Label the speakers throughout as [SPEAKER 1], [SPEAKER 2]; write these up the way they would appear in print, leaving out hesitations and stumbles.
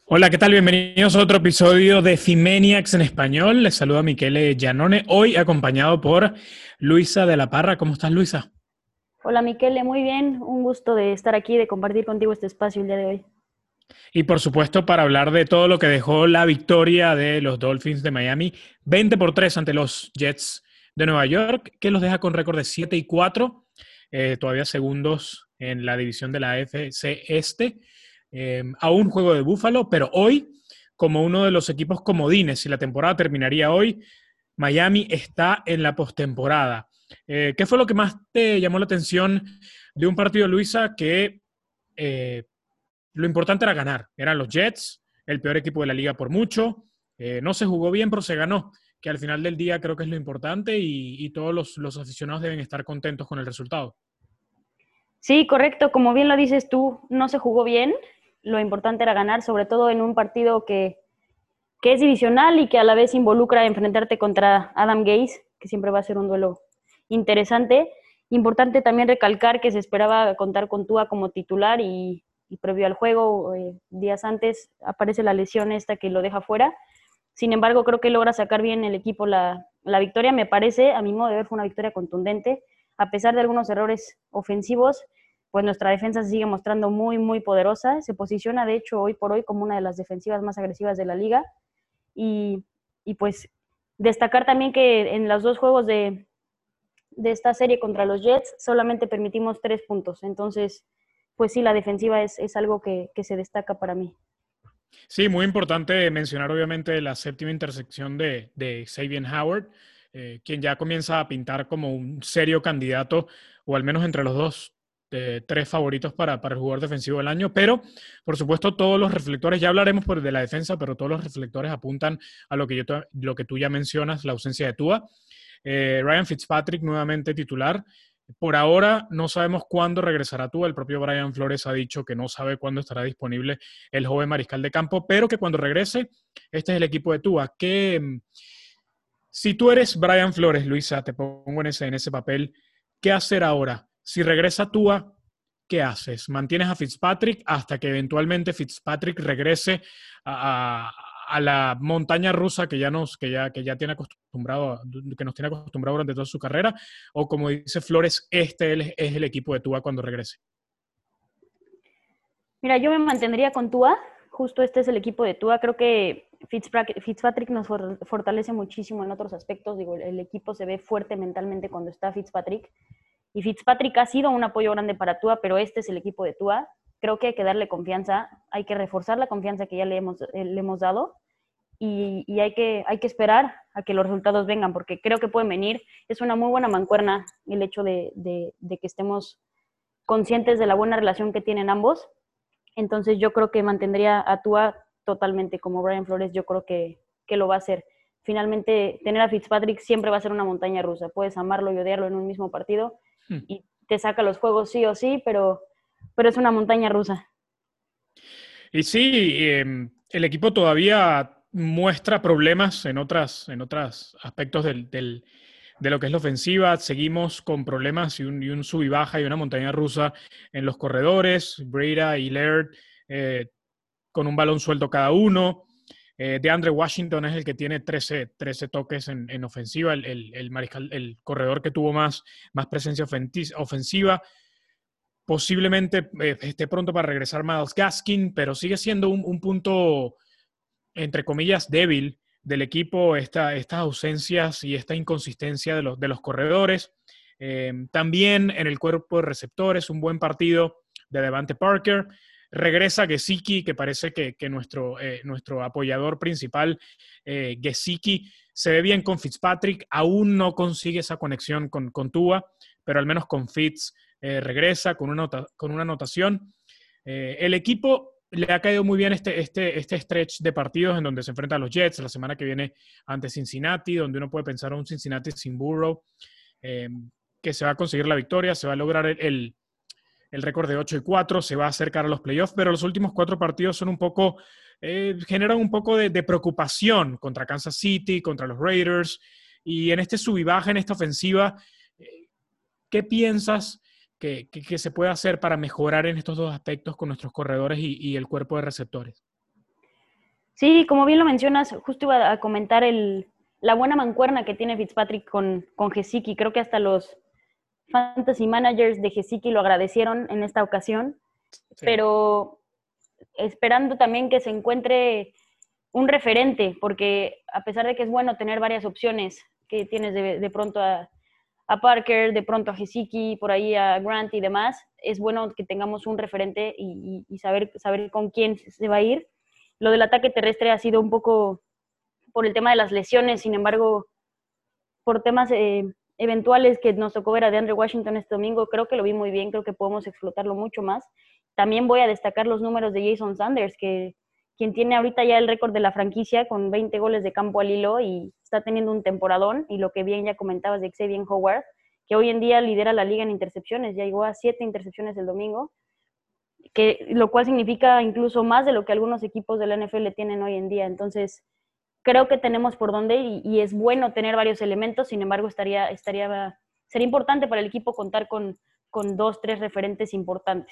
[SPEAKER 1] Hola, ¿qué tal? Bienvenidos a otro episodio de Cimeniacs en español. Les saluda Michele Giannone, hoy acompañado por Luisa de la Parra. ¿Cómo estás, Luisa?
[SPEAKER 2] Hola Miquele, muy bien, un gusto de estar aquí, de compartir contigo este espacio el día de hoy.
[SPEAKER 1] Y por supuesto, para hablar de todo lo que dejó la victoria de los Dolphins de Miami, 20-3 ante los Jets de Nueva York, que los deja con récord de 7-4, todavía segundos en la división de la AFC Este, a un juego de Búfalo, pero hoy, como uno de los equipos comodines, si la temporada terminaría hoy, Miami está en la postemporada. ¿Qué fue lo que más te llamó la atención de un partido, Luisa, que eh, lo importante era ganar? Eran los Jets, el peor equipo de la liga por mucho. No se jugó bien, pero se ganó, que al final del día creo que es lo importante y todos los aficionados deben estar contentos con el resultado.
[SPEAKER 2] Sí, correcto, como bien lo dices tú, no se jugó bien, lo importante era ganar, sobre todo en un partido que es divisional y que a la vez involucra enfrentarte contra Adam Gase, que siempre va a ser un duelo interesante. Importante también recalcar que se esperaba contar con Tua como titular y previo al juego, días antes, aparece la lesión esta que lo deja fuera. Sin embargo, creo que logra sacar bien el equipo la victoria. Me parece, a mi modo de ver, fue una victoria contundente. A pesar de algunos errores ofensivos, pues nuestra defensa se sigue mostrando muy, muy poderosa. Se posiciona, de hecho, hoy por hoy como una de las defensivas más agresivas de la liga. Y, y pues destacar también que en los dos juegos de esta serie contra los Jets solamente permitimos 3 puntos. Entonces, pues sí, la defensiva es algo que se destaca para mí.
[SPEAKER 1] Sí, muy importante mencionar obviamente la séptima intersección de Xavier Howard, quien ya comienza a pintar como un serio candidato, o al menos entre los tres favoritos para el jugador defensivo del año. Pero, por supuesto, todos los reflectores, ya hablaremos de la defensa, pero todos los reflectores apuntan a lo que tú ya mencionas, la ausencia de Tua. Ryan Fitzpatrick nuevamente titular. Por ahora no sabemos cuándo regresará Tua. El propio Brian Flores ha dicho que no sabe cuándo estará disponible el joven mariscal de campo, pero que cuando regrese, este es el equipo de Tua. Si tú eres Brian Flores, Luisa, te pongo en ese papel, ¿qué hacer ahora? Si regresa Tua, ¿qué haces? ¿Mantienes a Fitzpatrick hasta que eventualmente Fitzpatrick regrese a, a la montaña rusa que ya tiene acostumbrado, que nos tiene acostumbrado durante toda su carrera? O como dice Flores, este es el equipo de Tua cuando regrese.
[SPEAKER 2] Mira, yo me mantendría con Tua. Justo este es el equipo de Tua. Creo que Fitzpatrick nos fortalece muchísimo en otros aspectos. Digo, el equipo se ve fuerte mentalmente cuando está Fitzpatrick. Y Fitzpatrick ha sido un apoyo grande para Tua, pero este es el equipo de Tua. Creo que hay que darle confianza, hay que reforzar la confianza que ya le hemos dado y hay que esperar a que los resultados vengan, porque creo que pueden venir. Es una muy buena mancuerna el hecho de que estemos conscientes de la buena relación que tienen ambos. Entonces yo creo que mantendría a Tua totalmente como Brian Flores, yo creo que lo va a hacer. Finalmente, tener a Fitzpatrick siempre va a ser una montaña rusa. Puedes amarlo y odiarlo en un mismo partido y te saca los juegos sí o sí, pero es una montaña rusa.
[SPEAKER 1] Y sí, el equipo todavía muestra problemas en otros aspectos de lo que es la ofensiva. Seguimos con problemas y un sub y baja y una montaña rusa en los corredores. Breida y Laird con un balón suelto cada uno. DeAndre Washington es el que tiene 13 toques en ofensiva, el mariscal, el corredor que tuvo más presencia ofensiva. Posiblemente esté pronto para regresar Miles Gaskin, pero sigue siendo un punto, entre comillas, débil del equipo, estas ausencias y esta inconsistencia de los corredores. También en el cuerpo de receptores, un buen partido de Devante Parker. Regresa Gesicki, que parece que nuestro apoyador principal, Gesicki, se ve bien con Fitzpatrick. Aún no consigue esa conexión con Tua, pero al menos con Fitz regresa con una anotación. El equipo le ha caído muy bien este stretch de partidos en donde se enfrenta a los Jets la semana que viene ante Cincinnati, donde uno puede pensar a un Cincinnati sin Burrow, eh, que se va a conseguir la victoria, se va a lograr el récord de 8-4, se va a acercar a los playoffs, pero los últimos 4 partidos son generan un poco de preocupación contra Kansas City, contra los Raiders, y en este sub y baja, en esta ofensiva, ¿qué piensas que se puede hacer para mejorar en estos dos aspectos con nuestros corredores y el cuerpo de receptores?
[SPEAKER 2] Sí, como bien lo mencionas, justo iba a comentar la buena mancuerna que tiene Fitzpatrick con Gesicki. Creo que hasta los fantasy managers de Gesicki lo agradecieron en esta ocasión,
[SPEAKER 1] Sí.
[SPEAKER 2] pero esperando también que se encuentre un referente, porque a pesar de que es bueno tener varias opciones, que tienes de pronto a Parker, de pronto a Gesicki, por ahí a Grant y demás, es bueno que tengamos un referente y saber con quién se va a ir. Lo del ataque terrestre ha sido un poco por el tema de las lesiones, sin embargo, por temas eventuales que nos tocó ver a DeAndre Washington este domingo, creo que lo vi muy bien, creo que podemos explotarlo mucho más. También voy a destacar los números de Jason Sanders, quien tiene ahorita ya el récord de la franquicia con 20 goles de campo al hilo y está teniendo un temporadón, y lo que bien ya comentabas de Xavier Howard, que hoy en día lidera la liga en intercepciones, ya llegó a 7 intercepciones el domingo, lo cual significa incluso más de lo que algunos equipos de la NFL tienen hoy en día. Entonces, creo que tenemos por dónde y es bueno tener varios elementos. Sin embargo, sería importante para el equipo contar con 2, 3 referentes importantes.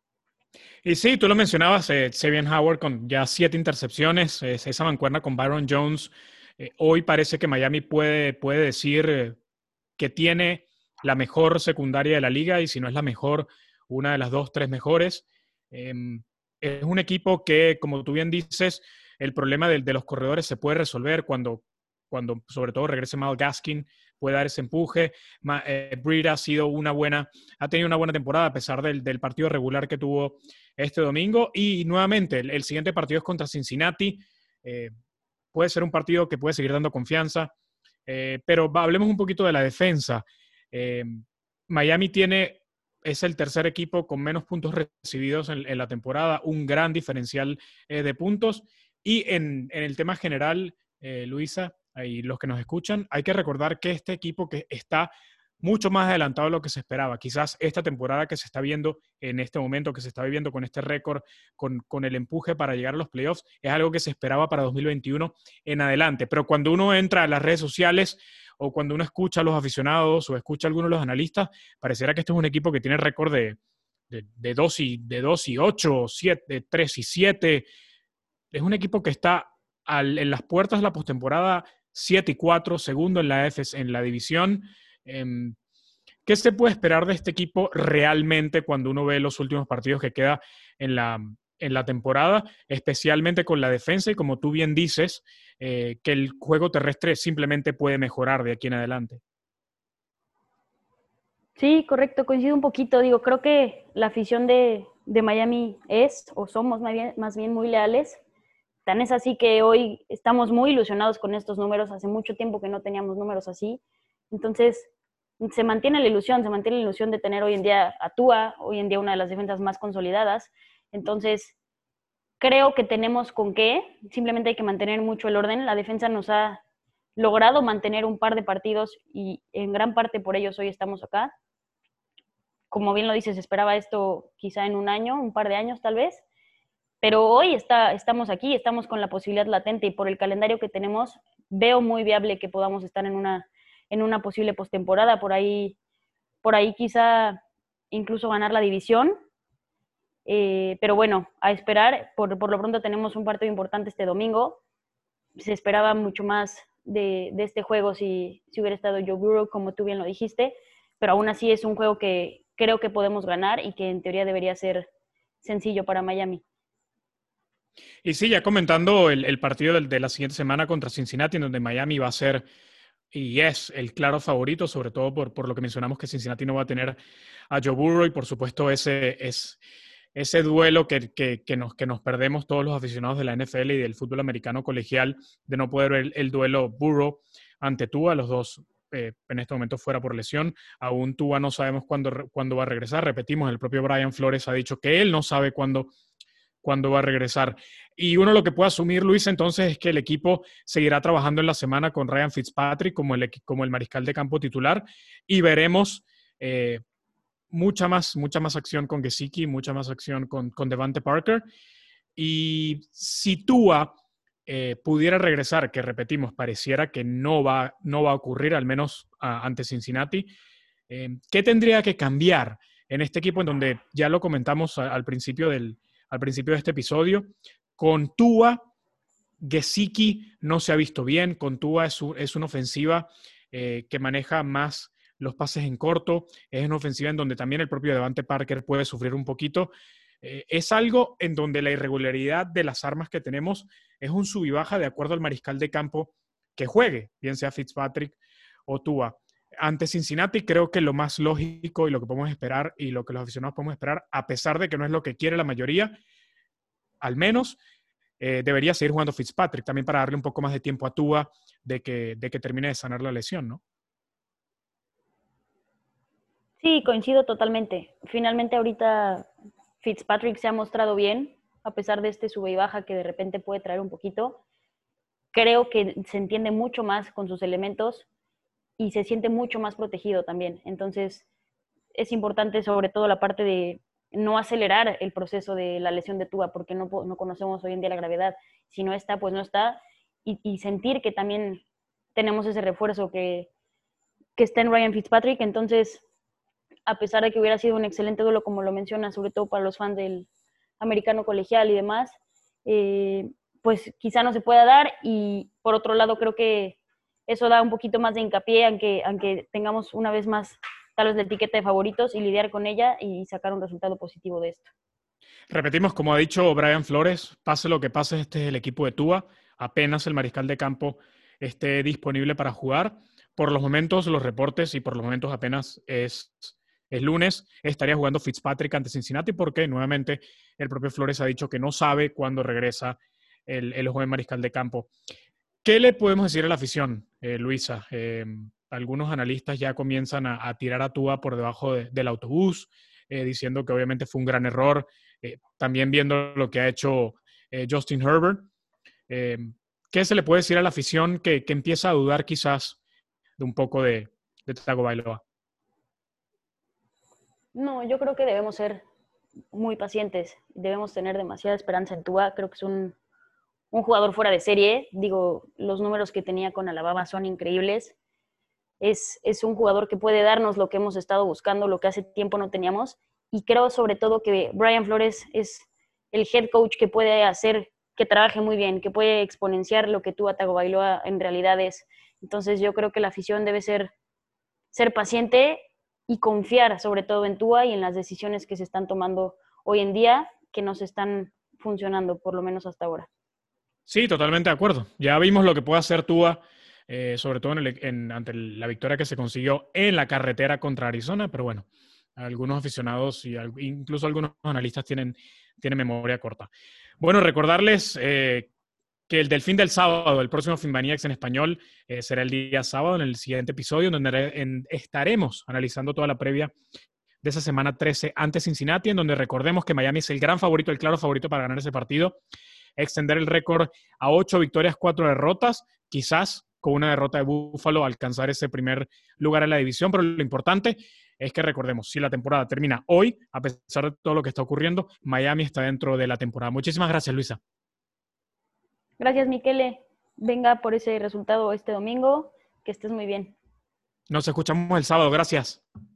[SPEAKER 1] Y sí, tú lo mencionabas, Xavier Howard con ya 7 intercepciones, esa mancuerna con Byron Jones. Hoy parece que Miami puede decir que tiene la mejor secundaria de la liga, y si no es la mejor, una de las 2, 3 mejores. Eh, es un equipo que, como tú bien dices, el problema de los corredores se puede resolver cuando sobre todo regrese Myles Gaskin, puede dar ese empuje. Breed ha tenido una buena temporada a pesar del partido regular que tuvo este domingo. Y nuevamente, el siguiente partido es contra Cincinnati. Eh, Puede ser un partido que puede seguir dando confianza. Pero hablemos un poquito de la defensa. Eh, Miami es el tercer equipo con menos puntos recibidos en la temporada, un gran diferencial de puntos. Y en el tema general, Luisa, y los que nos escuchan, hay que recordar que este equipo que está mucho más adelantado de lo que se esperaba. Quizás esta temporada que se está viendo en este momento, que se está viviendo con este récord, con el empuje para llegar a los playoffs, es algo que se esperaba para 2021 en adelante. Pero cuando uno entra a las redes sociales o cuando uno escucha a los aficionados o escucha a algunos de los analistas, pareciera que este es un equipo que tiene récord de 2 y 8, 7, de 3 y 7. Es un equipo que está en las puertas de la postemporada 7 y 4, segundo en en la división. ¿Qué se puede esperar de este equipo realmente cuando uno ve los últimos partidos que queda en la temporada, especialmente con la defensa y, como tú bien dices, que el juego terrestre simplemente puede mejorar de aquí en adelante?
[SPEAKER 2] Sí, correcto, coincido un poquito. Digo, creo que la afición de Miami somos más bien muy leales. Tan es así que hoy estamos muy ilusionados con estos números. Hace mucho tiempo que no teníamos números así. Entonces, se mantiene la ilusión de tener hoy en día a Tua, hoy en día una de las defensas más consolidadas. Entonces, creo que tenemos con qué. Simplemente hay que mantener mucho el orden. La defensa nos ha logrado mantener un par de partidos y en gran parte por ellos hoy estamos acá. Como bien lo dices, esperaba esto quizá en un año, un par de años tal vez, pero hoy estamos aquí, estamos con la posibilidad latente, y por el calendario que tenemos veo muy viable que podamos estar en una posible postemporada, por ahí quizá incluso ganar la división. Pero bueno, a esperar. Por lo pronto tenemos un partido importante este domingo. Se esperaba mucho más de este juego si hubiera estado Joe Burrow, como tú bien lo dijiste, pero aún así es un juego que creo que podemos ganar y que en teoría debería ser sencillo para Miami.
[SPEAKER 1] Y sí, ya comentando el partido de la siguiente semana contra Cincinnati, en donde Miami va a ser y es el claro favorito, sobre todo por lo que mencionamos, que Cincinnati no va a tener a Joe Burrow, y por supuesto ese duelo que nos perdemos todos los aficionados de la NFL y del fútbol americano colegial, de no poder ver el duelo Burrow ante Tua, los dos en este momento fuera por lesión. Aún Tua no sabemos cuándo va a regresar. Repetimos, el propio Brian Flores ha dicho que él no sabe cuándo va a regresar. Y uno lo que puede asumir, Luis, entonces, es que el equipo seguirá trabajando en la semana con Ryan Fitzpatrick como el mariscal de campo titular, y veremos mucha más acción con Gesicki, mucha más acción con Devante Parker. Y si Tua pudiera regresar, que repetimos, pareciera que no va a ocurrir, al menos ante Cincinnati, ¿qué tendría que cambiar en este equipo, en donde ya lo comentamos al principio de este episodio? Con Tua Gesicki no se ha visto bien. Con Tua es una ofensiva que maneja más los pases en corto. Es una ofensiva en donde también el propio Devante Parker puede sufrir un poquito. Es algo en donde la irregularidad de las armas que tenemos es un sub y baja de acuerdo al mariscal de campo que juegue, bien sea Fitzpatrick o Tua. Ante Cincinnati creo que lo más lógico y lo que podemos esperar y lo que los aficionados podemos esperar, a pesar de que no es lo que quiere la mayoría, al menos debería seguir jugando Fitzpatrick, también para darle un poco más de tiempo a Tua de que termine de sanar la lesión, ¿no?
[SPEAKER 2] Sí, coincido totalmente. Finalmente ahorita Fitzpatrick se ha mostrado bien, a pesar de este sube y baja que de repente puede traer un poquito. Creo que se entiende mucho más con sus elementos y se siente mucho más protegido también. Entonces, es importante sobre todo la parte de no acelerar el proceso de la lesión de Tua, porque no conocemos hoy en día la gravedad. Si no está, pues no está. Y sentir que también tenemos ese refuerzo que está en Ryan Fitzpatrick. Entonces, a pesar de que hubiera sido un excelente duelo, como lo menciona, sobre todo para los fans del americano colegial y demás, pues quizá no se pueda dar. Y por otro lado, creo que eso da un poquito más de hincapié, aunque tengamos una vez más tal vez la etiqueta de favoritos y lidiar con ella y sacar un resultado positivo de esto.
[SPEAKER 1] Repetimos, como ha dicho Brian Flores, pase lo que pase, este es el equipo de Tua. Apenas el mariscal de campo esté disponible para jugar. Por los momentos, los reportes y por los momentos apenas es lunes, estaría jugando Fitzpatrick ante Cincinnati porque nuevamente el propio Flores ha dicho que no sabe cuándo regresa el joven mariscal de campo. ¿Qué le podemos decir a la afición, Luisa? Algunos analistas ya comienzan a tirar a Tua por debajo del autobús, diciendo que obviamente fue un gran error. También viendo lo que ha hecho Justin Herbert. ¿Qué se le puede decir a la afición que empieza a dudar quizás de un poco de Tagovailoa?
[SPEAKER 2] No, yo creo que debemos ser muy pacientes. Debemos tener demasiada esperanza en Tua. Creo que es un jugador fuera de serie. Digo, los números que tenía con Alabama son increíbles. Es un jugador que puede darnos lo que hemos estado buscando, lo que hace tiempo no teníamos. Y creo sobre todo que Brian Flores es el head coach que puede hacer que trabaje muy bien, que puede exponenciar lo que Tua Tagovailoa en realidad es. Entonces yo creo que la afición debe ser paciente y confiar sobre todo en Tua y en las decisiones que se están tomando hoy en día, que nos están funcionando, por lo menos hasta ahora.
[SPEAKER 1] Sí, totalmente de acuerdo. Ya vimos lo que puede hacer Tua, sobre todo ante la victoria que se consiguió en la carretera contra Arizona, pero bueno, algunos aficionados y incluso algunos analistas tienen memoria corta. Bueno, recordarles que el Delfín del sábado, el próximo Finmaniacs en español, será el día sábado en el siguiente episodio, donde estaremos analizando toda la previa de esa semana 13 ante Cincinnati, en donde recordemos que Miami es el gran favorito, el claro favorito para ganar ese partido, extender el récord a 8 victorias, 4 derrotas, quizás con una derrota de Buffalo alcanzar ese primer lugar en la división, pero lo importante es que recordemos, si la temporada termina hoy, a pesar de todo lo que está ocurriendo, Miami está dentro de la temporada. Muchísimas gracias, Luisa.
[SPEAKER 2] Gracias, Miquele. Venga por ese resultado este domingo. Que estés muy bien.
[SPEAKER 1] Nos escuchamos el sábado. Gracias.